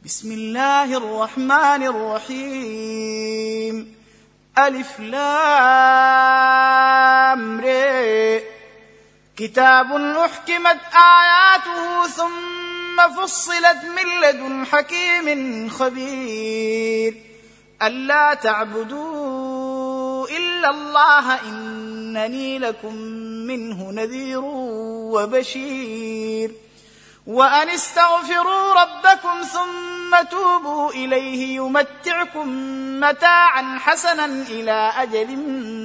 بسم الله الرحمن الرحيم. ألف لام ر. كتاب أحكمت آياته ثم فصلت من لدن حكيم خبير ألا تعبدوا إلا الله إنني لكم منه نذير وبشير وأن استغفروا ربكم ثم توبوا إليه يمتعكم متاعا حسنا إلى أجل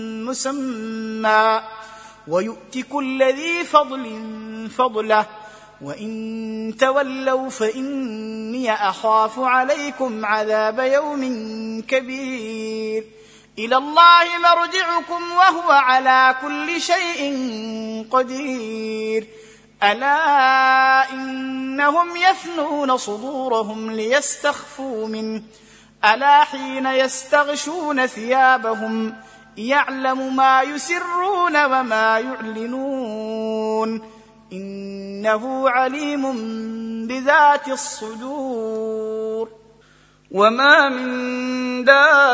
مسمى ويؤت كل ذي فضل فضله وإن تولوا فإني أخاف عليكم عذاب يوم كبير إلى الله مرجعكم وهو على كل شيء قدير ألا إنهم يثنون صدورهم ليستخفوا منه ألا حين يستغشون ثيابهم يعلم ما يسرون وما يعلنون إنه عليم بذات الصدور. وما من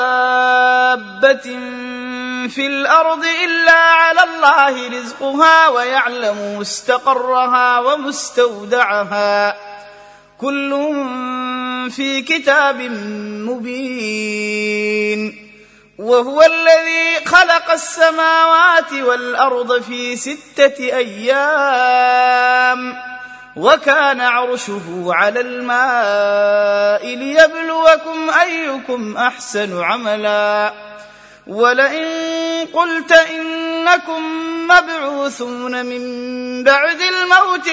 دابة في الأرض إلا على الله رزقها ويعلم مستقرها ومستودعها كل في كتاب مبين. وهو الذي خلق السماوات والأرض في 6 أيام وكان عرشه على الماء ليبلوكم أيكم أحسن عملا ولئن قلت إنكم مبعوثون من بعد الموت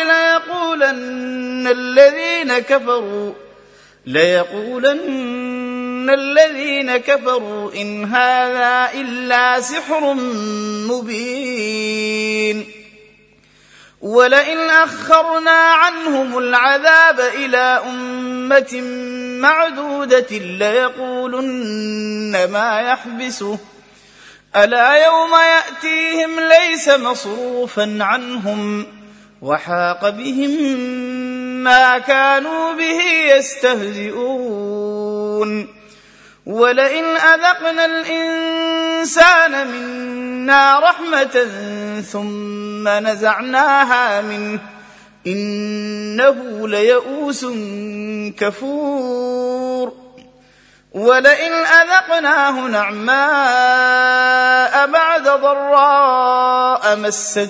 ليقولن الذين كفروا إن هذا إلا سحر مبين. ولئن أخرنا عنهم العذاب إلى أمة معدودة ليقولن ما يحبسه ألا يوم يأتيهم ليس مصروفا عنهم وحاق بهم ما كانوا به يستهزئون. ولئن أذقنا الإنسان منا رحمة ثم نزعناها منه إنه ليئوس كفور. ولئن أذقناه نعماء بعد ضراء مسته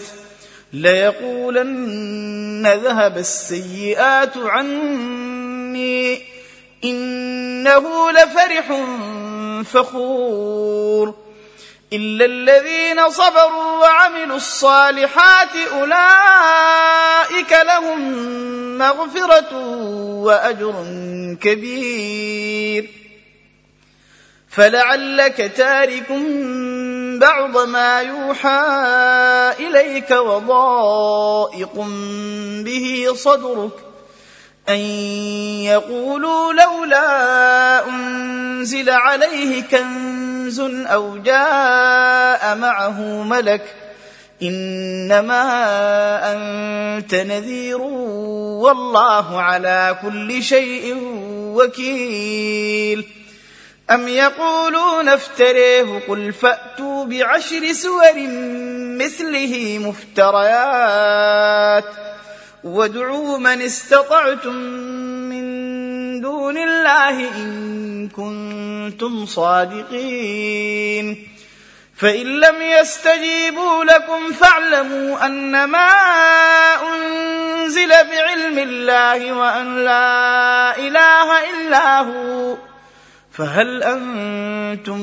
ليقولن ذهب السيئات عني إنه لفرح فخور. إلا الذين صبروا وعملوا الصالحات أولئك لهم مغفرة وأجر كبير. فلعلك تارك بعض ما يوحى إليك وضائق به صدرك أن يقولوا لولا أنزل عليه كنز أو جاء معه ملك إنما أنت نذير والله على كل شيء وكيل. أم يقولون افتريه قل فأتوا ب10 سور مثله مفتريات وادعوا من استطعتم من دون الله إن كنتم صادقين. فإن لم يستجيبوا لكم فاعلموا أنما أنزل بعلم الله وأن لا إله إلا هو فهل أنتم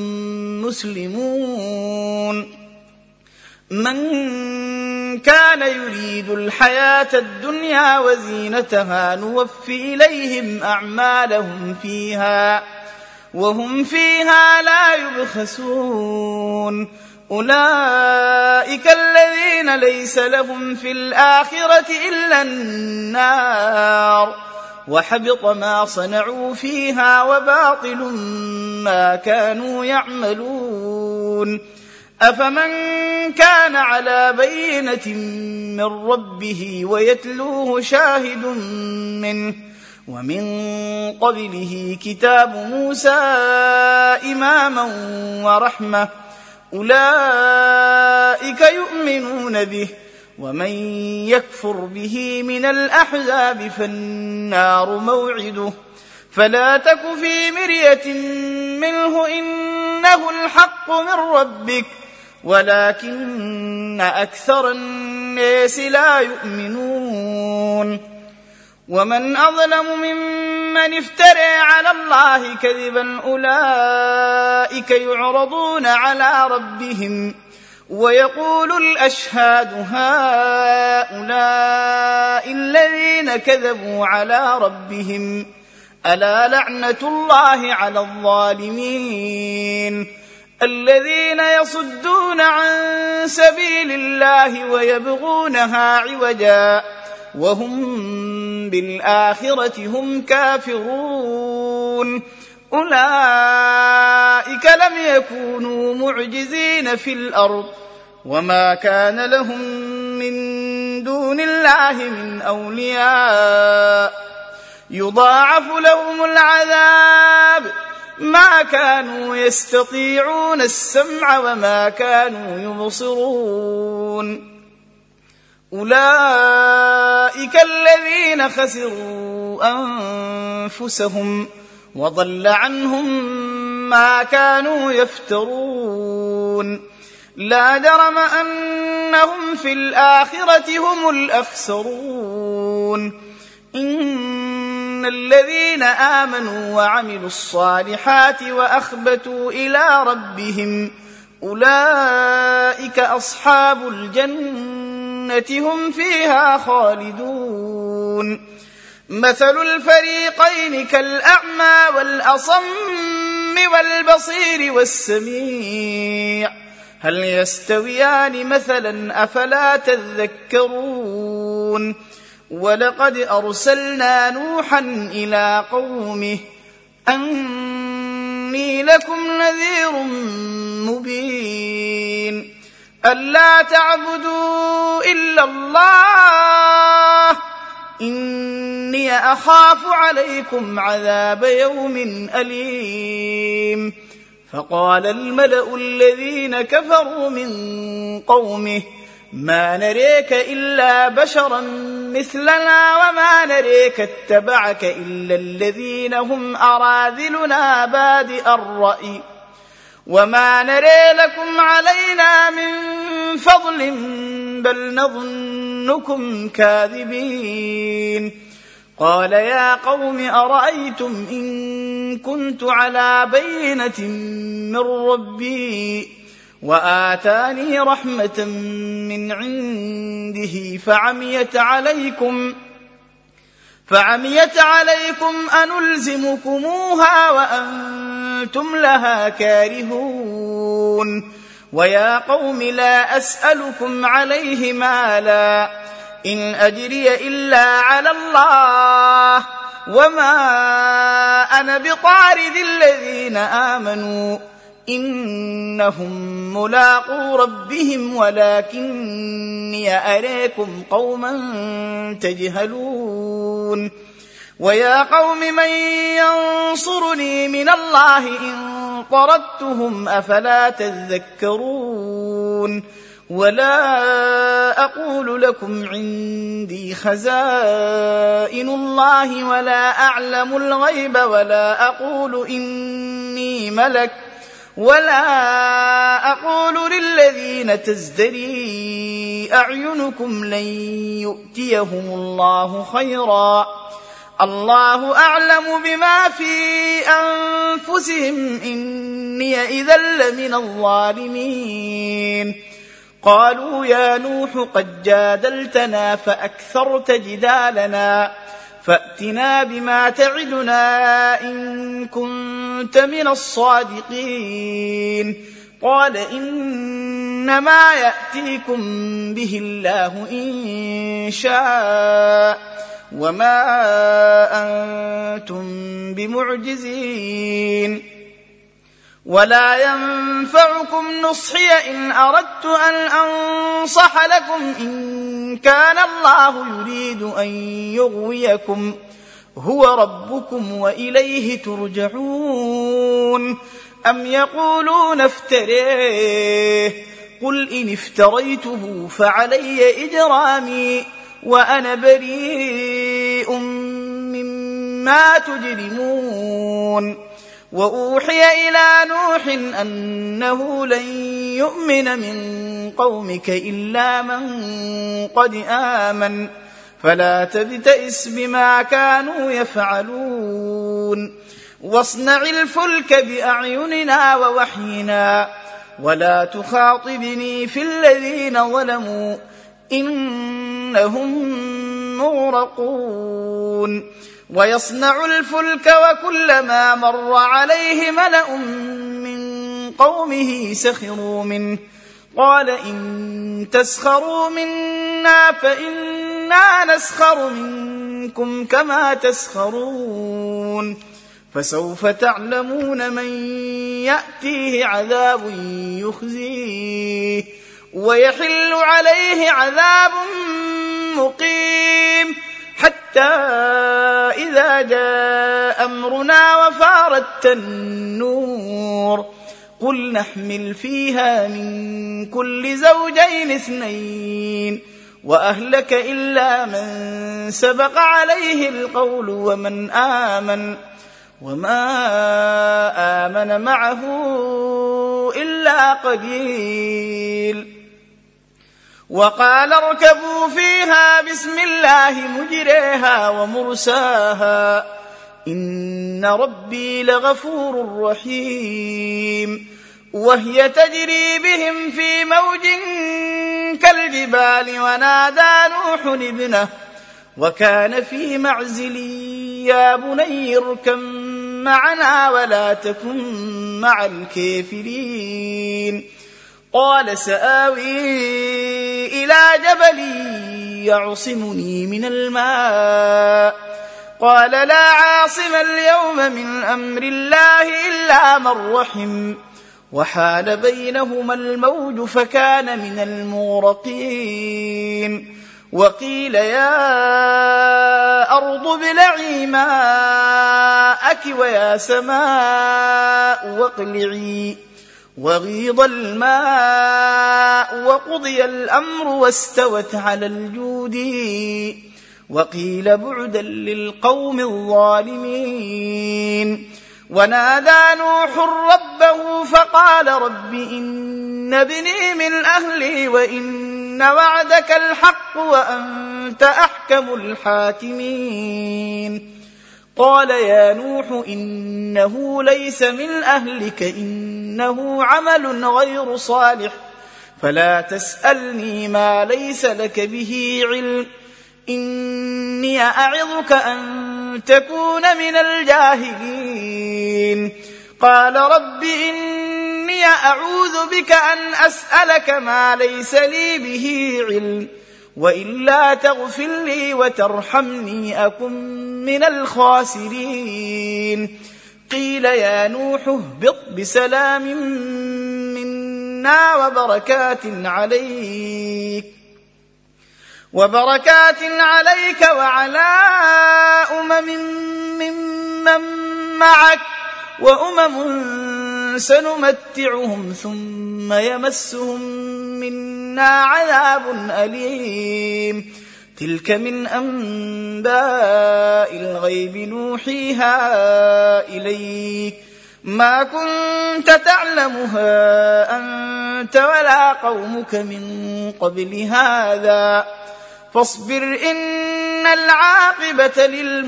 مسلمون. من كان يريد الحياة الدنيا وزينتها نوفي إليهم أعمالهم فيها وهم فيها لا يبخسون. أولئك الذين ليس لهم في الآخرة إلا النار وحبط ما صنعوا فيها وباطل ما كانوا يعملون. أفمن كان على بينة من ربه ويتلوه شاهد منه ومن قبله كتاب موسى إماما ورحمة أولئك يؤمنون به ومن يكفر به من الأحزاب فالنار موعده فلا تك في مرية منه إنه الحق من ربك ولكن أكثر الناس لا يؤمنون ومن أظلم ممن افترى على الله كذبا أولئك يعرضون على ربهم ويقول الأشهاد هؤلاء الذين كذبوا على ربهم ألا لعنة الله على الظالمين الذين يصدون عن سبيل الله ويبغونها عوجا وهم بالآخرة هم كافرون أولئك لم يكونوا معجزين في الأرض وما كان لهم من دون الله من أولياء يضاعف لهم العذاب ما كانوا يستطيعون السمع وما كانوا يبصرون أولئك الذين خسروا أنفسهم وضل عنهم ما كانوا يفترون لا جرم أنهم في الآخرة هم الأخسرون إن الذين آمنوا وعملوا الصالحات وأخبتوا إلى ربهم أولئك أصحاب الجنة هم فيها خالدون مثل الفريقين كالأعمى والأصم والبصير والسميع هل يستويان مثلا أفلا تذكرون ولقد أرسلنا نوحا إلى قومه أني لكم نذير مبين ألا تعبدوا إلا الله إني أخاف عليكم عذاب يوم أليم فقال الملأ الذين كفروا من قومه ما نريك إلا بشرا مثلنا وما نريك اتبعك إلا الذين هم أراذلنا بادئ الرأي وما نري لكم علينا من فضل بل نظنكم كاذبين قال يا قوم أرأيتم إن كنت على بينة من ربي وآتاني رحمة من عنده فعميت عليكم أنلزمكموها وأنتم لها كارهون ويا قوم لا أسألكم عليه مالا إن أجري إلا على الله وما أنا بطارد الذين آمنوا إنهم ملاقو ربهم ولكني أريكم قوما تجهلون ويا قوم من ينصرني من الله إن طردتهم أفلا تذكرون ولا أقول لكم عندي خزائن الله ولا أعلم الغيب ولا أقول إني ملك ولا أقول للذين تزدري أعينكم لن يؤتيهم الله خيرا الله أعلم بما في أنفسهم إني إذا لمن الظالمين قالوا يا نوح قد جادلتنا فأكثرت جدالنا فأتنا بما تعدنا إن كنت من الصادقين قال إنما يأتيكم به الله إن شاء وما أنتم بمعجزين ولا ينفعكم نصحي إن أردت أن أنصح لكم إن كان الله يريد أن يغويكم هو ربكم وإليه ترجعون. أم يقولون افتريه قل إن افتريته فعلي إجرامي وأنا بريء مما تجرمون. وأوحي إلى نوح أنه لن يؤمن من قومك إلا من قد آمن فلا تبتئس بما كانوا يفعلون. واصنع الفلك بأعيننا ووحينا ولا تخاطبني في الذين ظلموا إنهم مغرقون. ويصنع الفلك وكلما مر عليه ملأ من قومه سخروا منه قال إن تسخروا منا فإنا نسخر منكم كما تسخرون. فسوف تعلمون من يأتيه عذاب يخزيه ويحل عليه عذاب مقيم حتى إذا جاء أمرنا وفارت النور قل نحمل فيها من كل زوجين 2 وأهلك إلا من سبق عليه القول وما آمن معه إلا قليل. وقال اركبوا فيها بسم الله مجريها ومرساها إن ربي لغفور رحيم. وهي تجري بهم في موج كالجبال ونادى نوح ابنه وكان في معزل يا بني اركب معنا ولا تكن مع الكافرين. قال سآوي إلى جبل يعصمني من الماء قال لا عاصم اليوم من أمر الله إلا من رحم وحال بينهما الموج فكان من المغرقين. وقيل يا أرض ابلعي ماءك ويا سماء واقلعي وغيض الماء وقضي الأمر واستوت على الجود وقيل بعدا للقوم الظالمين. ونادى نوح ربه فقال رب إن ابني من أهلي وإن وعدك الحق وأنت أحكم الحاكمين. قال يا نوح إنه ليس من أهلك إنه عمل غير صالح فلا تسألني ما ليس لك به علم إني أعظك أن تكون من الجاهلين. قال رب إني أعوذ بك أن أسألك ما ليس لي به علم وإلا تغفر لي وترحمني أكن من الخاسرين. قيل يا نوح اهبط بسلام منا وبركات عليك وعلى ممن معك وأمم سنمتعهم ثم يمسهم منا عذاب أليم. تلك من أنباء الغيب نوحيها إليك ما كنت تعلمها أنت ولا قومك من قبل هذا فاصبر إن العاقبة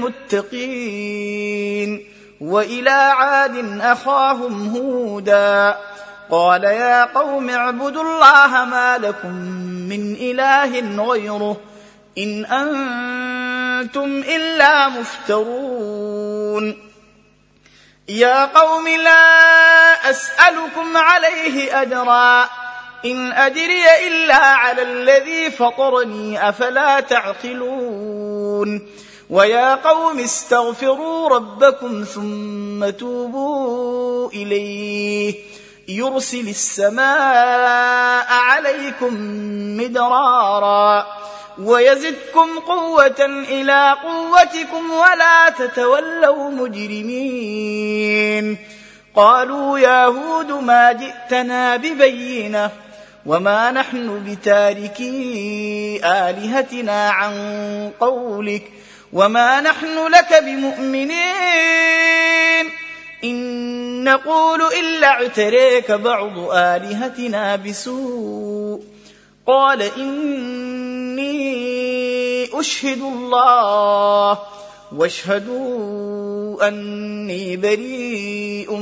للمتقين. وإلى عاد أخاهم هودا قال يا قوم اعبدوا الله ما لكم من إله غيره إن أنتم إلا مفترون. يا قوم لا أسألكم عليه أجرا إن أجري إلا على الذي فطرني أفلا تعقلون. ويا قوم استغفروا ربكم ثم توبوا إليه يرسل السماء عليكم مدرارا ويزدكم قوة إلى قوتكم ولا تتولوا مجرمين. قالوا يا هود ما جئتنا ببينة وما نحن بتاركي آلهتنا عن قولك وما نحن لك بمؤمنين إن نقول إلا اعتريك بعض آلهتنا بسوء. قال إني أشهد الله واشهدوا أني بريء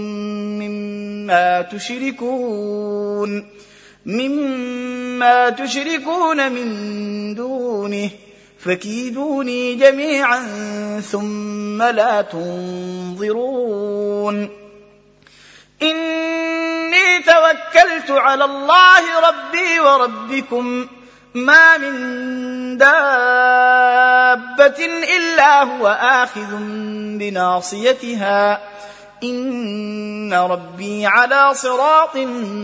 مما تشركون من دونه فكيدوني جميعا ثم لا تنظرون. إني توكلت على الله ربي وربكم ما من دابة إلا هو آخذ بناصيتها إن ربي على صراط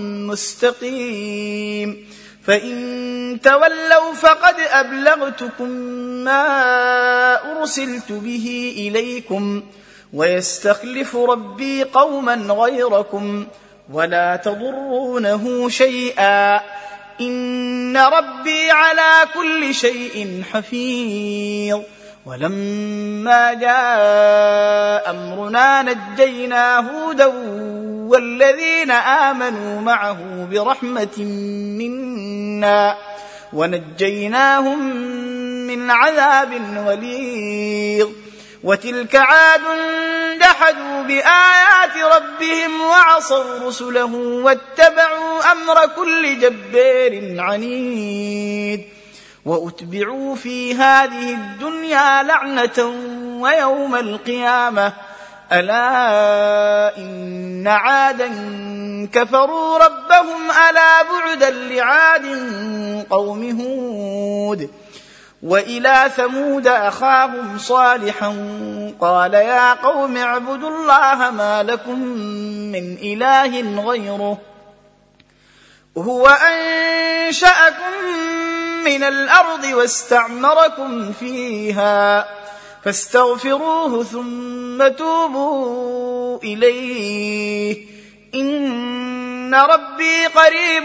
مستقيم. فإن تولوا فقد أبلغتكم ما أرسلت به إليكم ويستخلف ربي قوما غيركم ولا تضرونه شيئا إن ربي على كل شيء حفيظ. ولما جاء أمرنا نجينا هودا والذين آمنوا معه برحمة منا ونجيناهم من عذاب غليظ. وتلك عاد جحدوا بآيات ربهم وعصوا رسله واتبعوا أمر كل جبار عنيد. وأتبعوا في هذه الدنيا لعنة ويوم القيامة ألا إن عادا كفروا ربهم ألا بعدا لعاد قوم هود. وإلى ثمود أخاهم صالحا قال يا قوم اعبدوا الله ما لكم من إله غيره هو أنشأكم من الأرض واستعمركم فيها فاستغفروه ثم توبوا إليه إن ربي قريب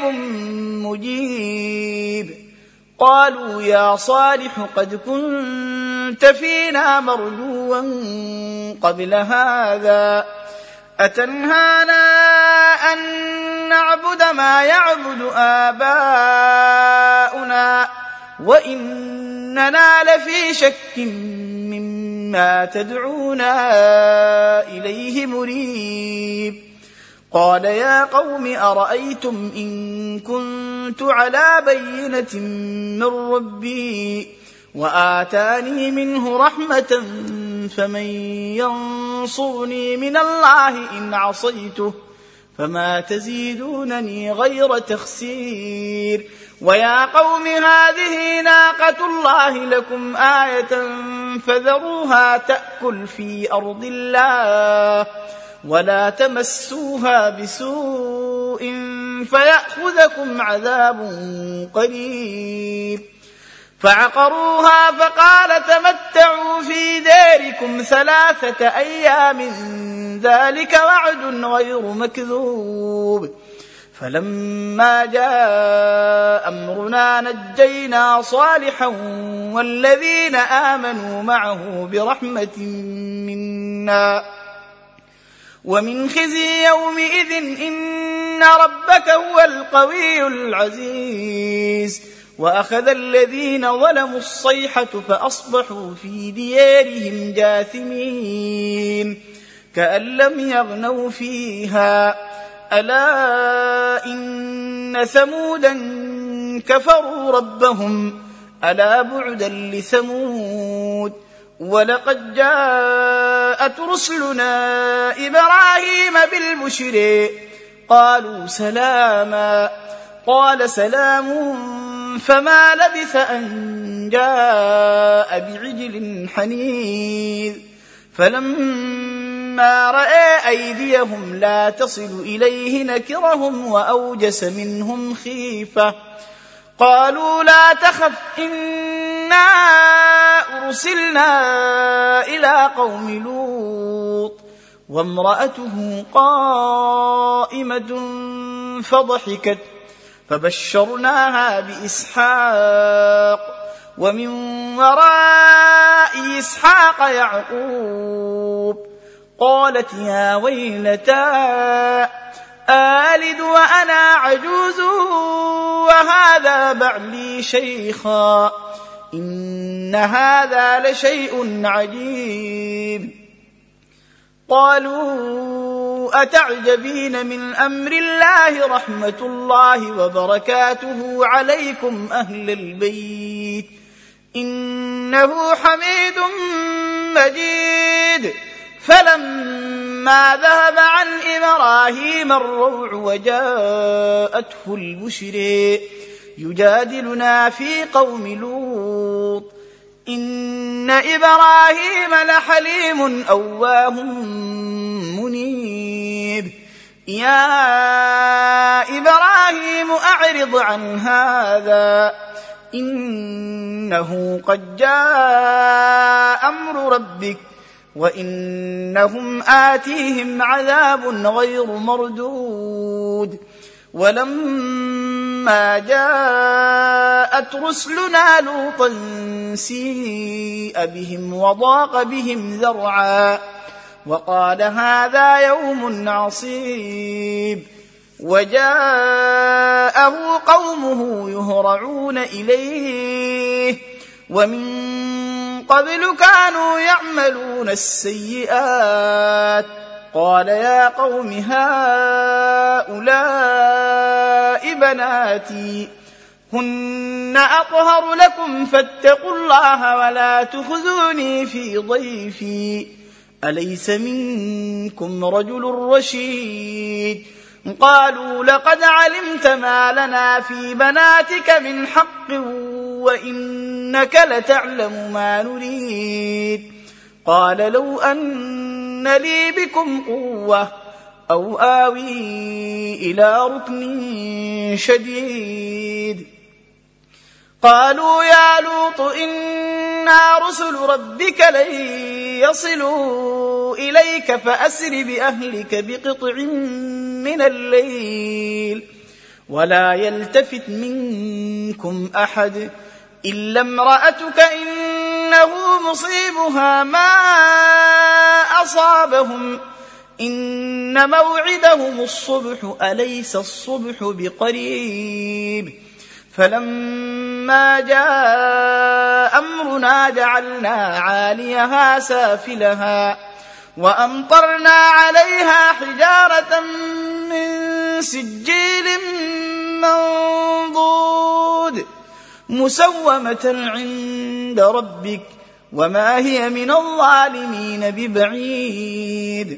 مجيب. قالوا يا صالح قد كنت فينا مرجوا قبل هذا أتنهانا أن نعبد ما يعبد آباؤنا وإننا لفي شك مما تدعونا إليه مريب. قال يا قوم أرأيتم إن كنت على بينة من ربي وآتاني منه رحمة فمن ينصرني من الله إن عصيته فما تزيدونني غير تخسير. ويا قوم هذه ناقة الله لكم آية فذروها تأكل في أرض الله ولا تمسوها بسوء فيأخذكم عذاب قريب. فعقروها فقال تمتعوا في داركم 3 أيام ذلك وعد غير مكذوب. فلما جاء أمرنا نجينا صالحا والذين آمنوا معه برحمة منا ومن خزي يومئذ إن ربك هو القوي العزيز. وأخذ الذين ظلموا الصيحة فأصبحوا في ديارهم جاثمين كأن لم يغنوا فيها ألا إن ثمودا كفروا ربهم ألا بعدا لثمود. ولقد جاءت رسلنا إبراهيم بالبشر قالوا سلاما قال سلام فما لبث أن جاء بعجل حنيذ. فلما رأى أيديهم لا تصل إليه نكرهم وأوجس منهم خيفة قالوا لا تخف إنا أرسلنا إلى قوم لوط وامرأته قائمة فضحكت فبشرناها بإسحاق ومن وراء إسحاق يعقوب قالت يا ويلتى آلد وأنا عجوز وهذا بعلي شيخا إن هذا لشيء عجيب قالوا أتعجبين من أمر الله رحمة الله وبركاته عليكم أهل البيت إنه حميد مجيد فلما ذهب عن إبراهيم الروع وجاءته البشر يجادلنا في قوم لوط إن إبراهيم لحليم أواه منيب يا إبراهيم أعرض عن هذا إنه قد جاء أمر ربك وإنهم آتيهم عذاب غير مردود ولما جاءت رسلنا لوطا سيء بهم وضاق بهم ذرعا وقال هذا يوم عصيب وجاءه قومه يهرعون إليه ومن قبل كانوا يعملون السيئات قال يا قوم هؤلاء بناتي هن أطهر لكم فاتقوا الله ولا تخزوني في ضيفي أليس منكم رجل رشيد قالوا لقد علمت ما لنا في بناتك من حق وإنك لتعلم ما نريد قال لو أن لي بكم قوة أو آوي إلى ركن شديد قالوا يا لوط إنا رسل ربك لن يصلوا إليك فأسر بأهلك بقطع من الليل ولا يلتفت منكم أحد إلا امرأتك إنه مصيبها ما أصابهم إن موعدهم الصبح أليس الصبح بقريب فلما جاء أمرنا جعلنا عاليها سافلها وأمطرنا عليها حجارة من سجيل منضود مسومة عند ربك وما هي من الظالمين ببعيد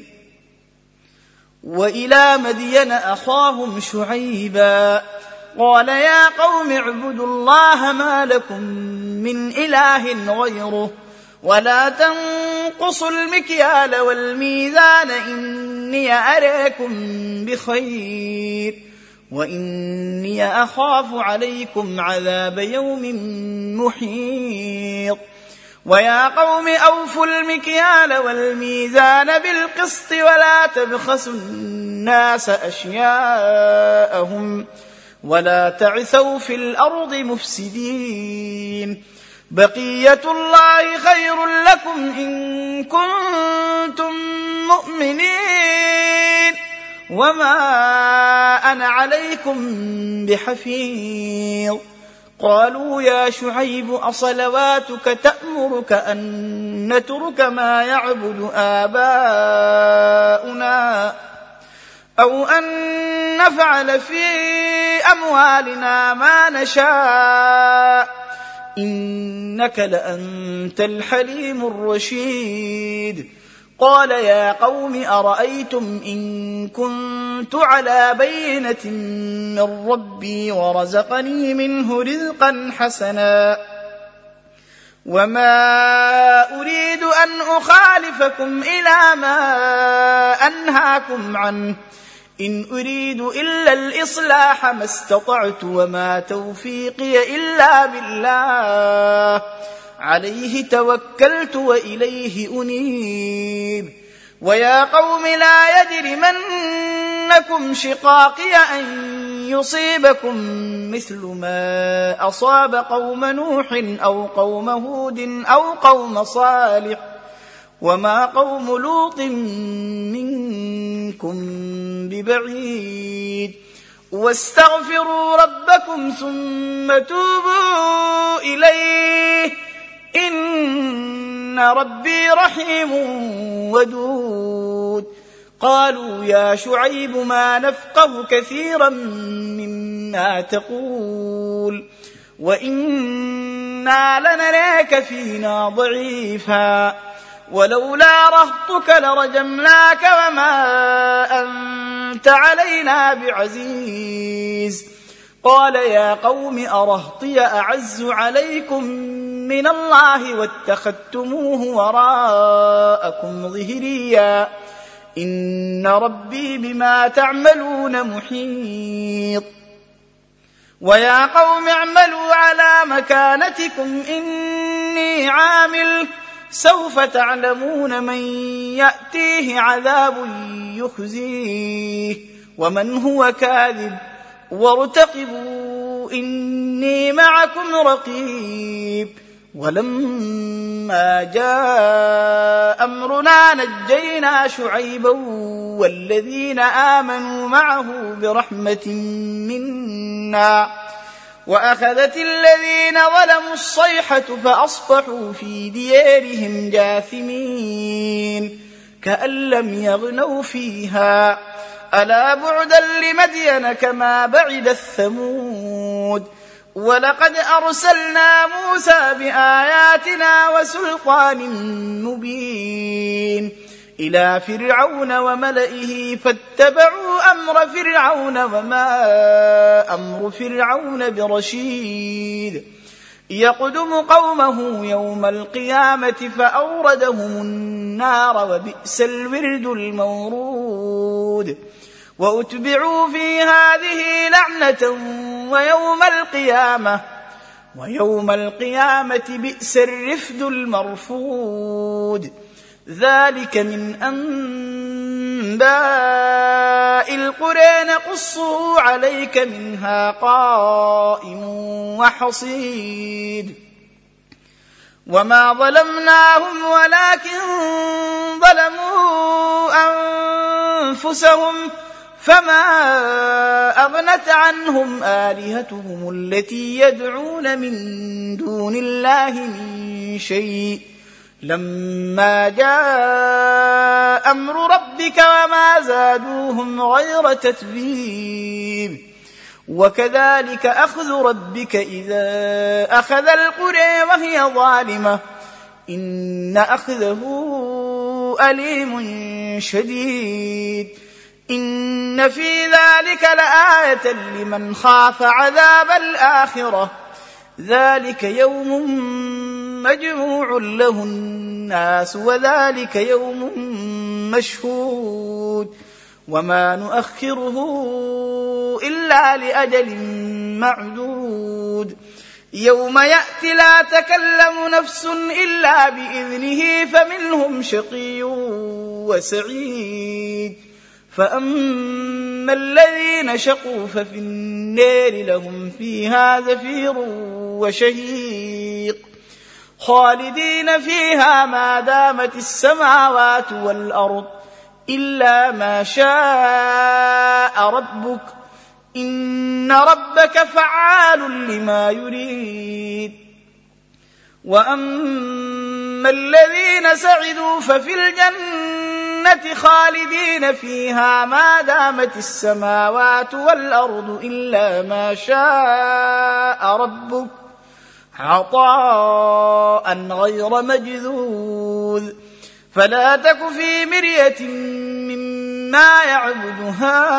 وإلى مدين أخاهم شعيبا قال يا قوم اعبدوا الله ما لكم من إله غيره ولا تنقصوا المكيال والميزان إني أراكم بخير وإني أخاف عليكم عذاب يوم محيط ويا قوم أوفوا المكيال والميزان بالقسط ولا تبخسوا الناس أشياءهم ولا تعثوا في الأرض مفسدين بقية الله خير لكم إن كنتم مؤمنين وما أنا عليكم بحفيظ قالوا يا شعيب أصلواتك تأمرك أن نترك ما يعبد آباؤنا أو أن نفعل في أموالنا ما نشاء إنك لأنت الحليم الرشيد قال يا قوم أرأيتم إن كنت على بينة من ربي ورزقني منه رزقا حسنا وما أريد أن أخالفكم إلى ما أنهاكم عنه إن أريد إلا الإصلاح ما استطعت وما توفيقي إلا بالله عليه توكلت وإليه أنيب ويا قوم لا يجرمنكم شقاقي أن يصيبكم مثل ما أصاب قوم نوح أو قوم هود أو قوم صالح وما قوم لوط منكم ببعيد واستغفروا ربكم ثم توبوا إليه إن ربي رحيم ودود قالوا يا شعيب ما نفقه كثيرا مما تقول وإنا لنراك فينا ضعيفا ولولا رهطك لرجمناك وما أنت علينا بعزيز قال يا قوم أرهطي أعز عليكم من الله واتخذتموه وراءكم ظهريا إن ربي بما تعملون محيط ويا قوم اعملوا على مكانتكم إني عامل سوف تعلمون من يأتيه عذاب يخزيه ومن هو كاذب وارتقبوا إني معكم رقيب ولما جاء أمرنا نجينا شعيبا والذين آمنوا معه برحمة منا وأخذت الذين ظلموا الصيحة فأصبحوا في ديارهم جاثمين كأن لم يغنوا فيها ألا بعدا لمدين كما بعد الثمود ولقد أرسلنا موسى بآياتنا وسلطان مبين إلى فرعون وملئه فاتبعوا أمر فرعون وما أمر فرعون برشيد يقدم قومه يوم القيامة فأوردهم النار وبئس الورد المورود وأتبعوا في هذه لعنة ويوم القيامة بئس الرفد المرفود ذلك من أنباء القرى نقصه عليك منها قائم وحصيد وما ظلمناهم ولكن ظلموا أنفسهم فما أغنت عنهم آلهتهم التي يدعون من دون الله من شيء لما جاء أمر ربك وما زادوهم غير تتبيب وكذلك أخذ ربك إذا أخذ القرى وهي ظالمة إن أخذه أليم شديد إن في ذلك لآية لمن خاف عذاب الآخرة ذلك يوم مجموع له الناس وذلك يوم مشهود وما نؤخره إلا لأجل معدود يوم يأتي لا تكلم نفس إلا بإذنه فمنهم شقي وسعيد فأما الذين شقوا ففي النار لهم فيها زفير وشهيق خالدين فيها ما دامت السماوات والأرض إلا ما شاء ربك إن ربك فعال لما يريد وأما الذين سعدوا ففي الجنة خالدين فيها ما دامت السماوات والأرض إلا ما شاء ربك عطاء غير مجذوذ فلا تك في مرية مما يعبد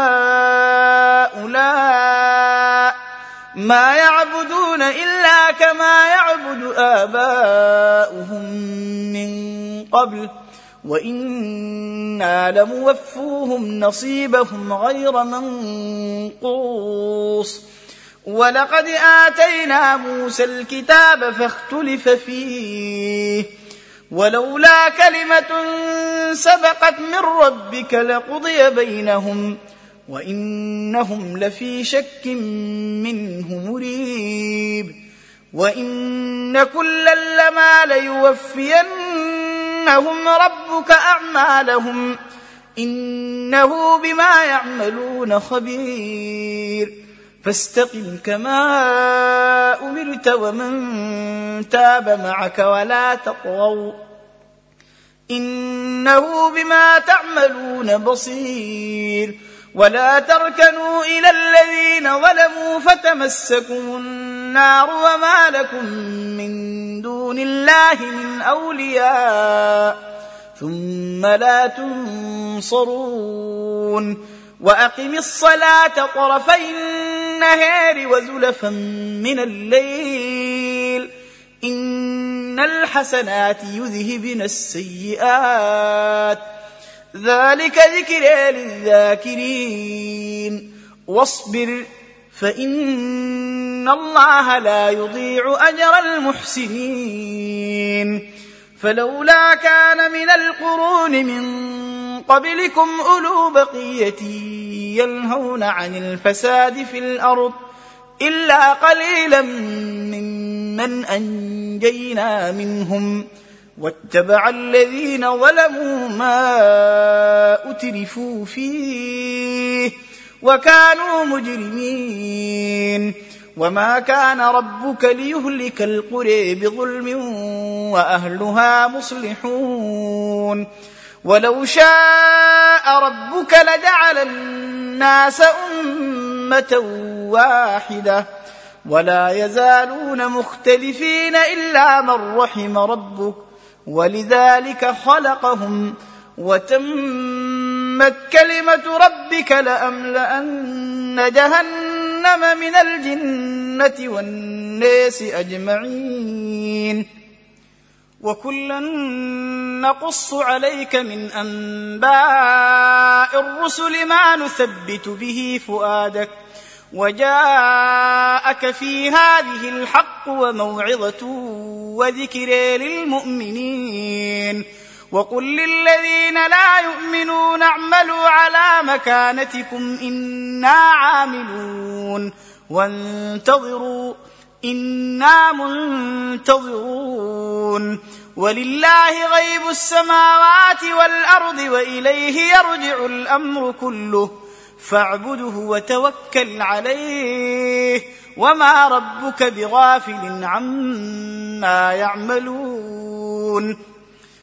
هؤلاء ما يعبدون إلا كما يعبد آباؤهم من قبل وإنا لموفوهم نصيبهم غير منقوص ولقد آتينا موسى الكتاب فاختلف فيه ولولا كلمة سبقت من ربك لقضي بينهم وإنهم لفي شك منه مريب وإن كلا لما ليوفينهم ربك أعمالهم إنه بما يعملون خبير فاستقم كما أمرت ومن تاب معك ولا تطغوا إنه بما تعملون بصير ولا تركنوا إلى الذين ظلموا فتمسكم النار وما لكم من دون الله من أولياء ثم لا تنصرون وأقم الصلاة طرفي النهار وزلفا من الليل إن الحسنات يذهبن السيئات ذلك ذكرى للذاكرين واصبر فإن الله لا يضيع أجر المحسنين فلولا كان من القرون من قبلكم أولو بقية ينهون عن الفساد في الأرض إلا قليلا ممن أنجينا منهم واتبع الذين ظلموا ما أترفوا فيه وكانوا مجرمين وما كان ربك ليهلك القرى بظلم وأهلها مصلحون ولو شاء ربك لجعل الناس أمة واحدة ولا يزالون مختلفين إلا من رحم ربك ولذلك خلقهم وتمت كلمة ربك لأملأن جهنم من الجنة والناس أجمعين وكلا نقص عليك من أنباء الرسل ما نثبت به فؤادك وجاءك في هذه الحق وموعظة وذكر للمؤمنين وقل للذين لا يؤمنون اعملوا على مكانتكم إنا عاملون وانتظروا إنا منتظرون ولله غيب السماوات والأرض وإليه يرجع الأمر كله فاعبده وتوكل عليه وما ربك بغافل عما يعملون